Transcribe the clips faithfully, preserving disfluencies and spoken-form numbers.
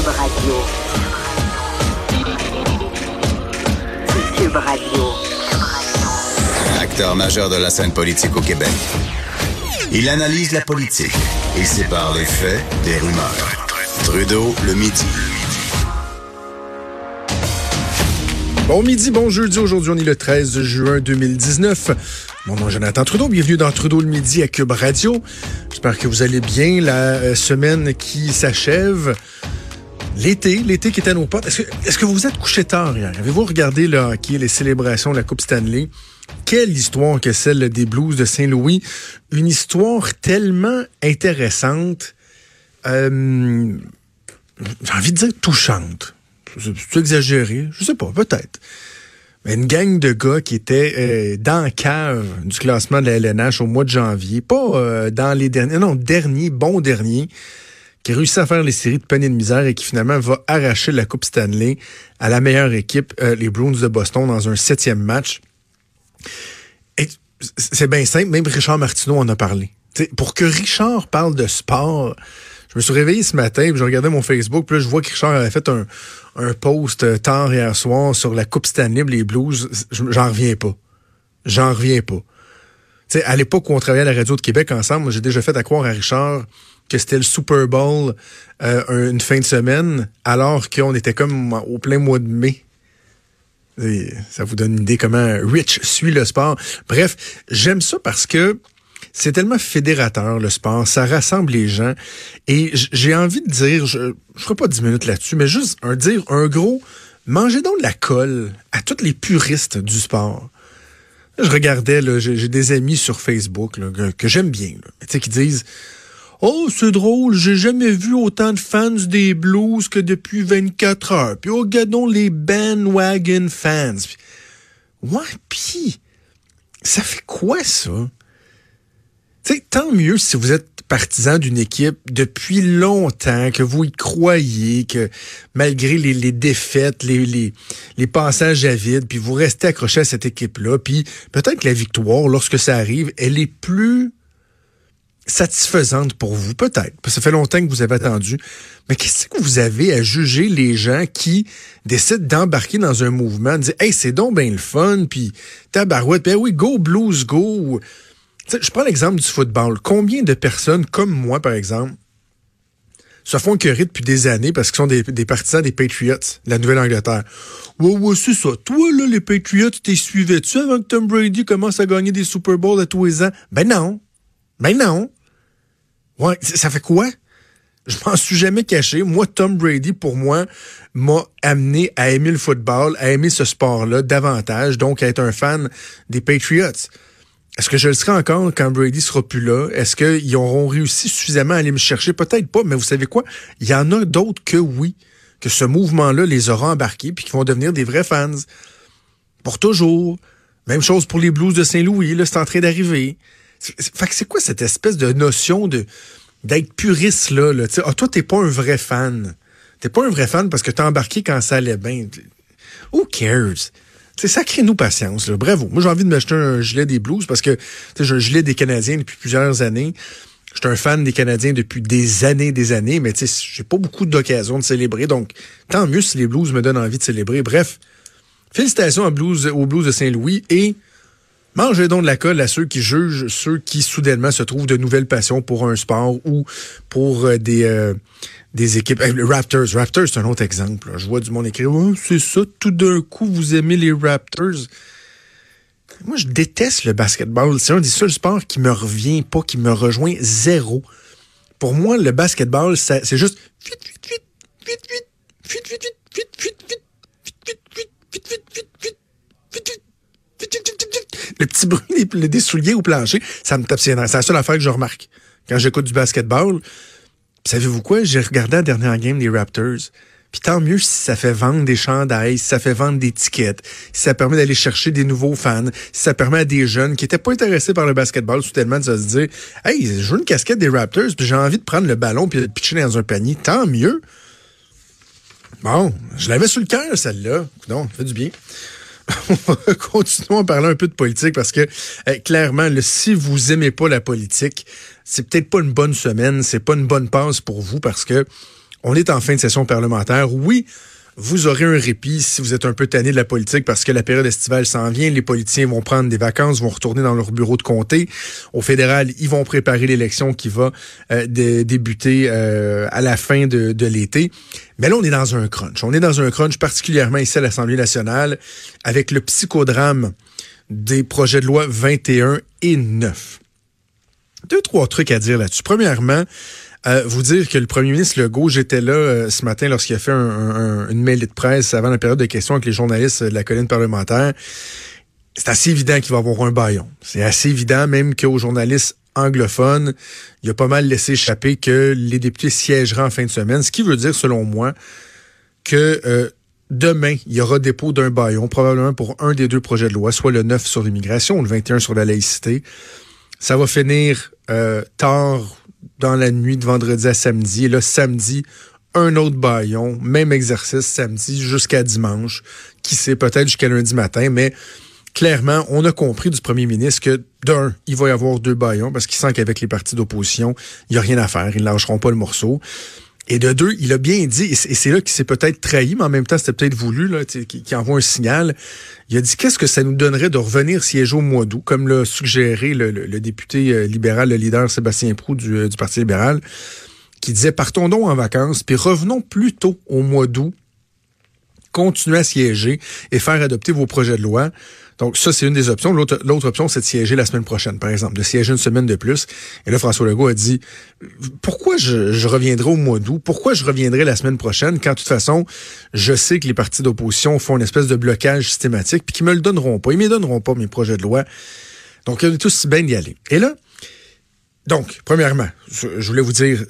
Cube Radio. Cube Radio. Acteur majeur de la scène politique au Québec. Il analyse la politique et sépare les faits des rumeurs. Trudeau le midi. Bon midi, bon jeudi. Aujourd'hui, on est le treize juin deux mille dix-neuf. Mon nom est Jonathan Trudeau. Bienvenue dans Trudeau le midi à Cube Radio. J'espère que vous allez bien. La semaine qui s'achève. L'été, l'été qui est à nos portes. Est-ce que, est-ce que vous vous êtes couché tard hier? Avez-vous regardé le hockey, les célébrations de la Coupe Stanley? Quelle histoire que celle des Blues de Saint-Louis. Une histoire tellement intéressante. Euh, j'ai envie de dire touchante. C'est exagéré, je sais pas, peut-être. Mais une gang de gars qui étaient euh, dans la cave du classement de la L N H au mois de janvier, pas euh, dans les derniers, non, dernier, bon dernier, qui a réussi à faire les séries de peine et de misère et qui finalement va arracher la Coupe Stanley à la meilleure équipe, euh, les Bruins de Boston, dans un septième match. Et c'est bien simple, même Richard Martineau en a parlé. T'sais, pour que Richard parle de sport, je me suis réveillé ce matin, puis je regardais mon Facebook, puis là, je vois que Richard avait fait un, un post tard hier soir sur la Coupe Stanley, les Blues. J'en reviens pas. J'en reviens pas. Tu sais, à l'époque où on travaillait à la Radio de Québec ensemble, moi, j'ai déjà fait à croire à Richard que c'était le Super Bowl euh, une fin de semaine, alors qu'on était comme au plein mois de mai. Et ça vous donne une idée comment Rich suit le sport. Bref, j'aime ça parce que c'est tellement fédérateur, le sport. Ça rassemble les gens. Et j'ai envie de dire, je ne ferai pas dix minutes là-dessus, mais juste un dire un gros, mangez donc de la colle à tous les puristes du sport. Là, je regardais, là, j'ai, j'ai des amis sur Facebook là, que, que j'aime bien, là, tu sais, qui disent « Oh, c'est drôle, j'ai jamais vu autant de fans des Blues que depuis vingt-quatre heures. Puis, oh, regardons les bandwagon fans. » Puis, ouais, pis, ça fait quoi, ça? Tu sais, tant mieux si vous êtes partisan d'une équipe depuis longtemps, que vous y croyez, que malgré les, les défaites, les, les, les passages à vide, puis vous restez accroché à cette équipe-là, puis peut-être que la victoire, lorsque ça arrive, elle est plus satisfaisante pour vous, peut-être, parce que ça fait longtemps que vous avez attendu. Mais qu'est-ce que vous avez à juger les gens qui décident d'embarquer dans un mouvement, de dire « Hey, c'est donc bien le fun, puis tabarouette, ben oui, go Blues, go ». T'sais, je prends l'exemple du football. Combien de personnes, comme moi, par exemple, se font écœurer depuis des années parce qu'ils sont des, des partisans des Patriots, de la Nouvelle-Angleterre. Ouais, ouais, c'est ça. Toi, là, les Patriots, t'es suivais-tu avant que Tom Brady commence à gagner des Super Bowls à tous les ans? Ben non. Ben non. Ouais, ça fait quoi? Je m'en suis jamais caché. Moi, Tom Brady, pour moi, m'a amené à aimer le football, à aimer ce sport-là davantage, donc à être un fan des Patriots. Est-ce que je le serai encore quand Brady sera plus là? Est-ce qu'ils auront réussi suffisamment à aller me chercher? Peut-être pas, mais vous savez quoi? Il y en a d'autres que oui, que ce mouvement-là les aura embarqués puis qui vont devenir des vrais fans. Pour toujours. Même chose pour les Blues de Saint-Louis, là, c'est en train d'arriver. C'est, c'est, fait que c'est quoi cette espèce de notion de d'être puriste, là? là ah, toi, t'es pas un vrai fan. T'es pas un vrai fan parce que t'as embarqué quand ça allait bien. Who cares? C'est sacré-nous patience, là. Bravo. Moi, j'ai envie de m'acheter un gilet des Blues parce que j'ai un gilet des Canadiens depuis plusieurs années. J'étais un fan des Canadiens depuis des années, des années, mais tu sais, j'ai pas beaucoup d'occasions de célébrer, donc tant mieux si les Blues me donnent envie de célébrer. Bref, félicitations aux Blues, aux Blues de Saint-Louis et mangez donc de la colle à ceux qui jugent, ceux qui soudainement se trouvent de nouvelles passions pour un sport ou pour euh, des... Euh, Des équipes. Les Raptors. Raptors, c'est un autre exemple. Là. Je vois du monde écrire oh, c'est ça, tout d'un coup, vous aimez les Raptors. Moi, je déteste le basketball. C'est un des seuls sports qui me revient pas, qui me rejoint zéro. Pour moi, le basketball, ça, c'est juste vite, vite, vite, vite, vite, vite, vite, vite, vite, vite, vite, vite, vite, vite, vite, vite, vite, vite. Le petit bruit des souliers au plancher, ça me tape ses nerfs. C'est la seule affaire que je remarque quand j'écoute du basketball. Puis savez-vous quoi? J'ai regardé la dernière game des Raptors. Puis tant mieux si ça fait vendre des chandails, si ça fait vendre des tickets, si ça permet d'aller chercher des nouveaux fans, si ça permet à des jeunes qui étaient pas intéressés par le basketball soudainement de se dire « Hey, je joue une casquette des Raptors, puis j'ai envie de prendre le ballon puis de le pitcher dans un panier. » Tant mieux. Bon, je l'avais sur le cœur, celle-là. Non, ça fait du bien. Continuons à parler un peu de politique parce que euh, clairement, là, si vous aimez pas la politique, c'est peut-être pas une bonne semaine, c'est pas une bonne passe pour vous parce que on est en fin de session parlementaire. Oui, vous aurez un répit si vous êtes un peu tanné de la politique parce que la période estivale s'en vient. Les politiciens vont prendre des vacances, vont retourner dans leur bureau de comté. Au fédéral, ils vont préparer l'élection qui va euh, de, débuter euh, à la fin de, de l'été. Mais là, on est dans un crunch. On est dans un crunch particulièrement ici à l'Assemblée nationale avec le psychodrame des projets de loi vingt et un et neuf. Deux, trois trucs à dire là-dessus. Premièrement, Euh, vous dire que le premier ministre Legault, j'étais là euh, ce matin lorsqu'il a fait un, un, une mêlée de presse avant la période de questions avec les journalistes de la colline parlementaire. C'est assez évident qu'il va y avoir un bâillon. C'est assez évident même qu'aux journalistes anglophones, il a pas mal laissé échapper que les députés siégeront en fin de semaine, ce qui veut dire, selon moi, que euh, demain, il y aura dépôt d'un bâillon, probablement pour un des deux projets de loi, soit le neuf sur l'immigration ou le vingt et un sur la laïcité. Ça va finir euh, tard dans la nuit de vendredi à samedi. Et là, samedi, un autre bâillon, même exercice samedi jusqu'à dimanche. Qui sait, peut-être jusqu'à lundi matin, mais clairement, on a compris du premier ministre que, d'un, il va y avoir deux bâillons parce qu'il sent qu'avec les partis d'opposition, il n'y a rien à faire. Ils ne lâcheront pas le morceau. Et de deux, il a bien dit, et c'est là qu'il s'est peut-être trahi, mais en même temps, c'était peut-être voulu, là, qu'il envoie un signal. Il a dit, qu'est-ce que ça nous donnerait de revenir siéger au mois d'août, comme l'a suggéré le, le, le député libéral, le leader Sébastien Proulx du, du Parti libéral, qui disait, partons donc en vacances, puis revenons plus tôt au mois d'août, continuer à siéger et faire adopter vos projets de loi. Donc, ça, c'est une des options. L'autre, l'autre option, c'est de siéger la semaine prochaine, par exemple, de siéger une semaine de plus. Et là, François Legault a dit, pourquoi je, je reviendrai au mois d'août? Pourquoi je reviendrai la semaine prochaine quand, de toute façon, je sais que les partis d'opposition font une espèce de blocage systématique puis qu'ils me le donneront pas. Ils me donneront pas mes projets de loi. Donc, on est tous bien d'y aller. Et là, donc, premièrement, je voulais vous dire,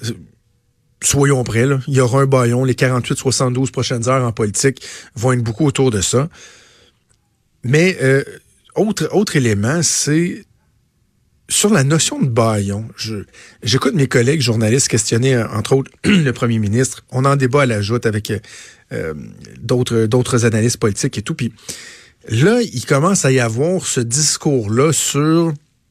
soyons prêts, là. Il y aura un bâillon. Les quarante-huit soixante-douze prochaines heures en politique vont être beaucoup autour de ça. Mais euh, autre autre élément, c'est sur la notion de bâillon. Je, j'écoute mes collègues journalistes questionner, entre autres, le premier ministre. On en débat à la joute avec euh, d'autres d'autres analystes politiques et tout. Puis là, il commence à y avoir ce discours-là sur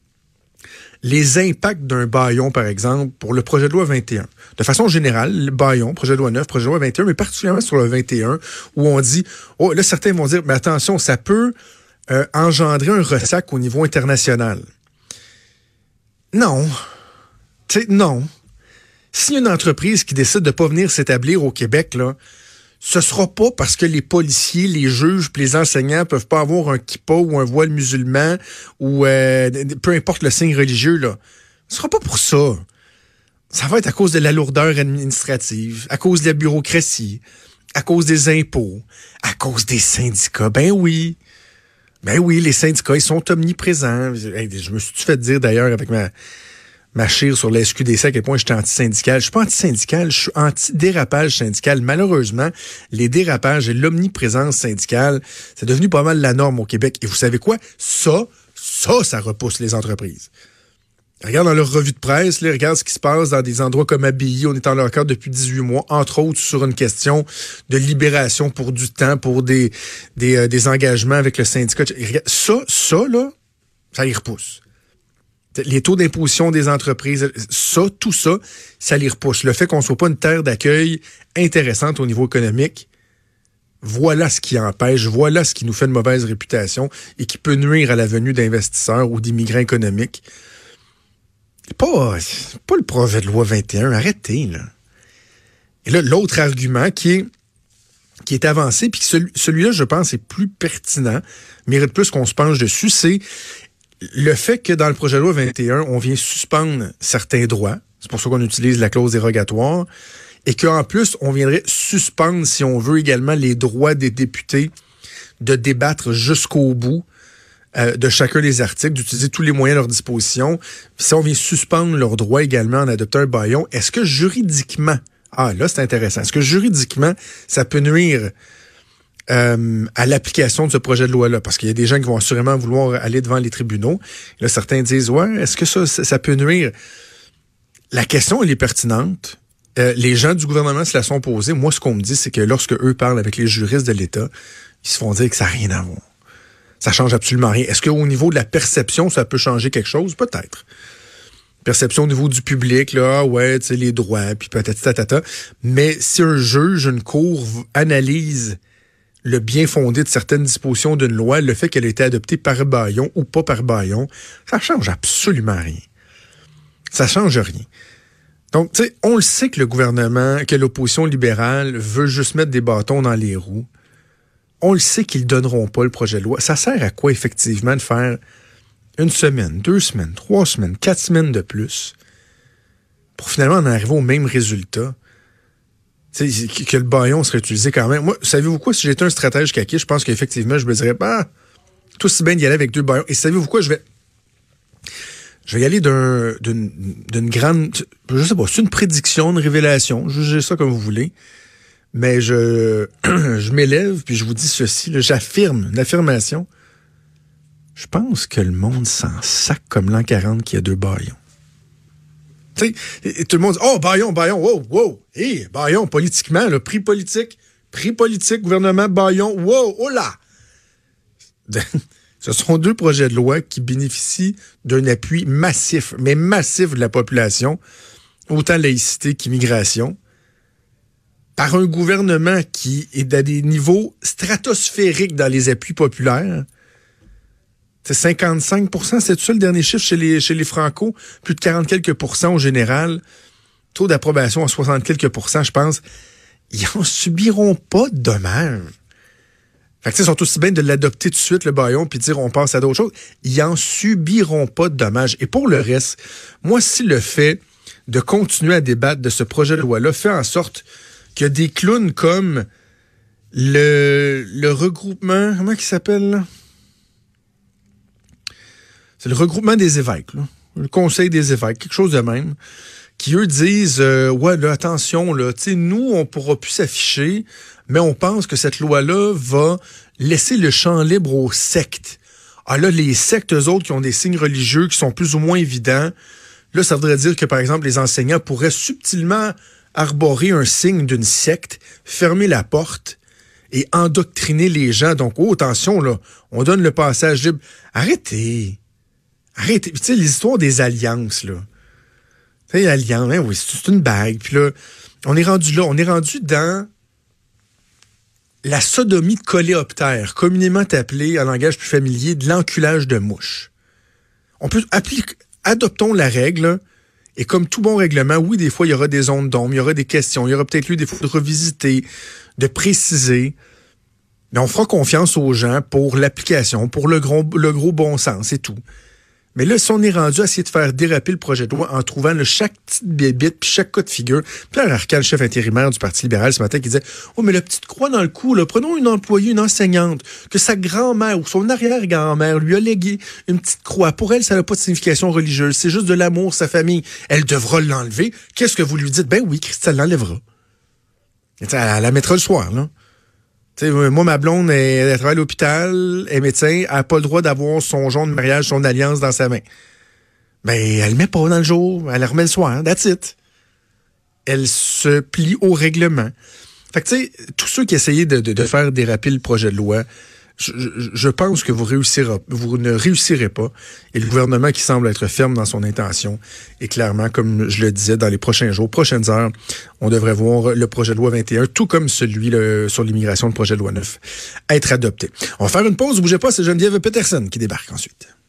les impacts d'un bâillon, par exemple, pour le projet de loi vingt et un. De façon générale, le bâillon, projet de loi neuf, projet de loi vingt et un, mais particulièrement sur le vingt et un, où on dit, oh, là, certains vont dire, mais attention, ça peut euh, engendrer un ressac au niveau international. Non. Tu sais, non. S'il y a une entreprise qui décide de pas venir s'établir au Québec, là, ce sera pas parce que les policiers, les juges, puis les enseignants peuvent pas avoir un kippa ou un voile musulman ou euh, peu importe le signe religieux, là. Ce sera pas pour ça. Ça va être à cause de la lourdeur administrative, à cause de la bureaucratie, à cause des impôts, à cause des syndicats. Ben oui. Ben oui, les syndicats, ils sont omniprésents. Je me suis fait dire d'ailleurs avec ma... ma chire sur la S Q D C à quel point j'étais anti-syndical. Je suis pas anti-syndical, je suis anti-dérapage syndical. Malheureusement, les dérapages et l'omniprésence syndicale, c'est devenu pas mal la norme au Québec. Et vous savez quoi? Ça, ça, ça repousse les entreprises. Regarde dans leur revue de presse, là, regarde ce qui se passe dans des endroits comme Abbaye. On est en leur cadre depuis dix-huit mois, entre autres sur une question de libération pour du temps, pour des, des, euh, des engagements avec le syndicat. Ça, ça, là, ça les repousse. Les taux d'imposition des entreprises, ça, tout ça, ça les repousse. Le fait qu'on ne soit pas une terre d'accueil intéressante au niveau économique, voilà ce qui empêche, voilà ce qui nous fait une mauvaise réputation et qui peut nuire à la venue d'investisseurs ou d'immigrants économiques. C'est pas, c'est pas le projet de loi vingt et un, arrêtez, là. Et là, l'autre argument qui est qui est avancé, puis celui, celui-là, je pense, est plus pertinent, mérite plus qu'on se penche dessus, c'est le fait que dans le projet de loi vingt et un, on vient suspendre certains droits, c'est pour ça qu'on utilise la clause dérogatoire, et qu'en plus, on viendrait suspendre, si on veut, également les droits des députés de débattre jusqu'au bout euh, de chacun des articles, d'utiliser tous les moyens à leur disposition. Puis si on vient suspendre leurs droits également en adoptant un bâillon, est-ce que juridiquement, ah là c'est intéressant, est-ce que juridiquement, ça peut nuire Euh, à l'application de ce projet de loi-là, parce qu'il y a des gens qui vont assurément vouloir aller devant les tribunaux. Là, certains disent, ouais, est-ce que ça, ça, ça peut nuire? La question, elle est pertinente. Euh, les gens du gouvernement se la sont posées. Moi, ce qu'on me dit, c'est que lorsque eux parlent avec les juristes de l'État, ils se font dire que ça n'a rien à voir. Ça change absolument rien. Est-ce qu'au niveau de la perception, ça peut changer quelque chose? Peut-être. perception au niveau du public, là, ah ouais, tu sais, les droits, puis patati tatata. Mais si un juge, une cour analyse le bien fondé de certaines dispositions d'une loi, le fait qu'elle ait été adoptée par bâillon ou pas par bâillon, ça change absolument rien. Ça change rien. Donc, tu sais, on le sait que le gouvernement, que l'opposition libérale veut juste mettre des bâtons dans les roues. On le sait qu'ils ne donneront pas le projet de loi. Ça sert à quoi, effectivement, de faire une semaine, deux semaines, trois semaines, quatre semaines de plus pour finalement en arriver au même résultat? Tu sais, que le bâillon serait utilisé quand même. Moi, savez-vous quoi? Si j'étais un stratège kaki, je pense qu'effectivement, je me dirais, bah, tout aussi bien d'y aller avec deux bâillons. Et savez-vous quoi? Je vais... Je vais y aller d'un, d'une, d'une grande... Je sais pas, c'est une prédiction, une révélation. Jugez ça comme vous voulez. Mais je, je m'élève puis je vous dis ceci. Là, j'affirme, une affirmation. Je pense que le monde s'en sac comme l'an quarante qu'il y a deux bâillons. Tu sais, tout le monde dit « Oh, bâillon, bâillon, wow, wow! Hé, hey, bâillon, politiquement, le prix politique, prix politique, gouvernement, bâillon, wow, oh là! » Ce sont deux projets de loi qui bénéficient d'un appui massif, mais massif de la population, autant laïcité qu'immigration, par un gouvernement qui est à des niveaux stratosphériques dans les appuis populaires. C'est cinquante-cinq pour cent, c'est ça le dernier chiffre chez les, chez les Franco, plus de quarante quelques pourcents au général, taux d'approbation à soixante quelques pourcents, je pense. Ils en subiront pas de dommages. Fait que, ils sont aussi bien de l'adopter tout de suite, le bâillon, puis de dire on passe à d'autres choses. Ils en subiront pas de dommages. Et pour le reste, moi, si le fait de continuer à débattre de ce projet de loi-là fait en sorte qu'il y a des clowns comme le, le regroupement, comment il s'appelle, là? C'est le regroupement des évêques, là. Le conseil des évêques, quelque chose de même, qui eux disent, euh, ouais, là, attention, là, tu sais, nous, on pourra plus s'afficher, mais on pense que cette loi-là va laisser le champ libre aux sectes. Ah là, les sectes, eux autres, qui ont des signes religieux qui sont plus ou moins évidents, là, ça voudrait dire que, par exemple, les enseignants pourraient subtilement arborer un signe d'une secte, fermer la porte et endoctriner les gens. Donc, oh, attention, là, on donne le passage libre. Arrêtez! Arrêtez! Tu sais, les histoires des alliances, là. Tu sais, l'alliance, hein, oui, c'est une bague. Puis là, on est rendu là, on est rendu dans la sodomie de coléoptère, communément appelée, en langage plus familier, de l'enculage de mouches. On peut appliquer, adoptons la règle, et comme tout bon règlement, oui, des fois, il y aura des zones d'ombre, il y aura des questions, il y aura peut-être lieu des fois de revisiter, de préciser, mais on fera confiance aux gens pour l'application, pour le gros, le gros bon sens et tout. Mais là, si on est rendu à essayer de faire déraper le projet de loi en trouvant là, chaque petite bébite puis chaque cas de figure, Pierre Arcan, le chef intérimaire du Parti libéral ce matin, qui disait « Oh, mais la petite croix dans le cou, là, prenons une employée, une enseignante, que sa grand-mère ou son arrière-grand-mère lui a légué une petite croix. Pour elle, ça n'a pas de signification religieuse. C'est juste de l'amour, sa famille. Elle devra l'enlever. Qu'est-ce que vous lui dites? Ben oui, Christelle l'enlèvera. Elle la mettra le soir, là. T'sais, moi, ma blonde, elle, elle travaille à l'hôpital, elle est médecin, elle n'a pas le droit d'avoir son jonc de mariage, son alliance dans sa main. Ben, elle le met pas dans le jour, elle le remet le soir, that's it. Elle se plie au règlement. Fait que, tu sais, tous ceux qui essayaient de, de, de faire déraper le projet de loi, je, je, je pense que vous réussirez, vous ne réussirez pas. Et le gouvernement qui semble être ferme dans son intention, et clairement, comme je le disais, dans les prochains jours, prochaines heures, on devrait voir le projet de loi vingt et un, tout comme celui le, sur l'immigration, le projet de loi neuf, être adopté. On va faire une pause, bougez pas, c'est Geneviève Peterson qui débarque ensuite.